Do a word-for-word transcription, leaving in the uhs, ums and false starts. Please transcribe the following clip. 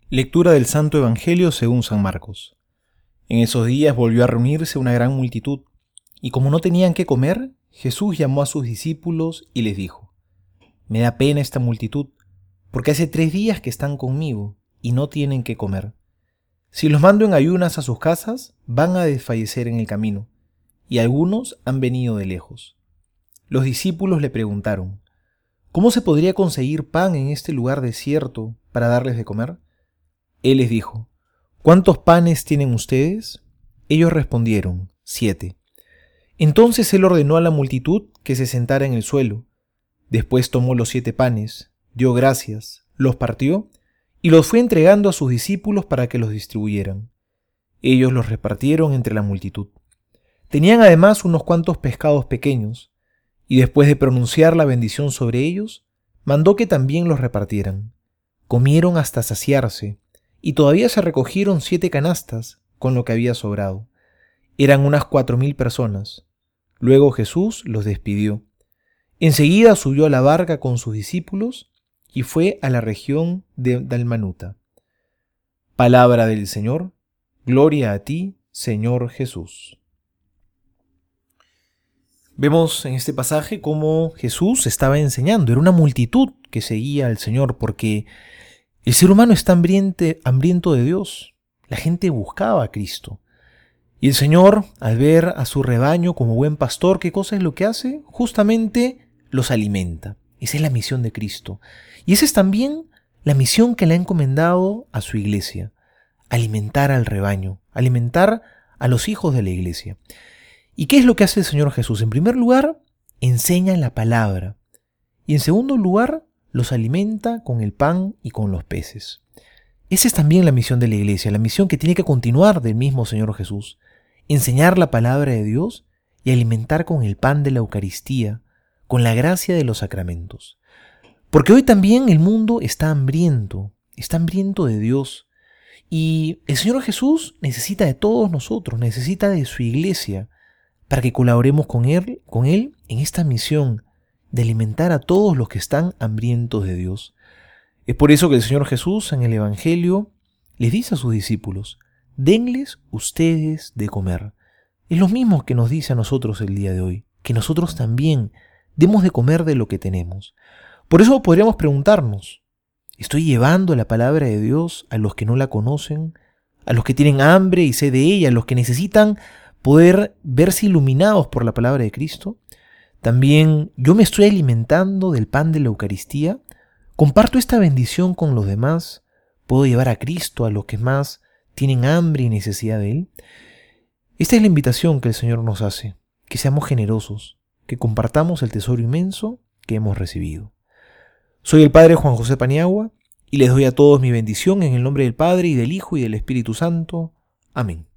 Lectura del Santo Evangelio según San Marcos. En esos días volvió a reunirse una gran multitud, y como no tenían qué comer, Jesús llamó a sus discípulos y les dijo: Me da pena esta multitud, porque hace tres días que están conmigo y no tienen qué comer. Si los mando en ayunas a sus casas, van a desfallecer en el camino, y algunos han venido de lejos. Los discípulos le preguntaron: ¿Cómo se podría conseguir pan en este lugar desierto para darles de comer? Él les dijo: ¿Cuántos panes tienen ustedes? Ellos respondieron: Siete. Entonces él ordenó a la multitud que se sentara en el suelo. Después tomó los siete panes, dio gracias, los partió y los fue entregando a sus discípulos para que los distribuyeran. Ellos los repartieron entre la multitud. Tenían además unos cuantos pescados pequeños, y después de pronunciar la bendición sobre ellos, mandó que también los repartieran. Comieron hasta saciarse, y todavía se recogieron siete canastas con lo que había sobrado. Eran unas cuatro mil personas. Luego Jesús los despidió. Enseguida subió a la barca con sus discípulos y fue a la región de Dalmanuta. Palabra del Señor. Gloria a ti, Señor Jesús. Vemos en este pasaje cómo Jesús estaba enseñando. Era una multitud que seguía al Señor porque el ser humano está hambriente, hambriento de Dios. La gente buscaba a Cristo. Y el Señor, al ver a su rebaño como buen pastor, ¿qué cosa es lo que hace? Justamente los alimenta. Esa es la misión de Cristo. Y esa es también la misión que le ha encomendado a su iglesia. Alimentar al rebaño, alimentar a los hijos de la iglesia. ¿Y qué es lo que hace el Señor Jesús? En primer lugar, enseña la palabra. Y en segundo lugar, los alimenta con el pan y con los peces. Esa es también la misión de la iglesia, la misión que tiene que continuar del mismo Señor Jesús. Enseñar la palabra de Dios y alimentar con el pan de la Eucaristía, con la gracia de los sacramentos. Porque hoy también el mundo está hambriento, está hambriento de Dios. Y el Señor Jesús necesita de todos nosotros, necesita de su iglesia, para que colaboremos con Él, con Él en esta misión de alimentar a todos los que están hambrientos de Dios. Es por eso que el Señor Jesús en el Evangelio les dice a sus discípulos: denles ustedes de comer. Es lo mismo que nos dice a nosotros el día de hoy, que nosotros también demos de comer de lo que tenemos. Por eso podríamos preguntarnos: ¿estoy llevando la palabra de Dios a los que no la conocen, a los que tienen hambre y sed de ella, a los que necesitan poder verse iluminados por la palabra de Cristo? También yo me estoy alimentando del pan de la Eucaristía. ¿Comparto esta bendición con los demás? ¿Puedo llevar a Cristo a los que más tienen hambre y necesidad de Él? Esta es la invitación que el Señor nos hace, que seamos generosos, que compartamos el tesoro inmenso que hemos recibido. Soy el Padre Juan José Paniagua y les doy a todos mi bendición en el nombre del Padre y del Hijo y del Espíritu Santo. Amén.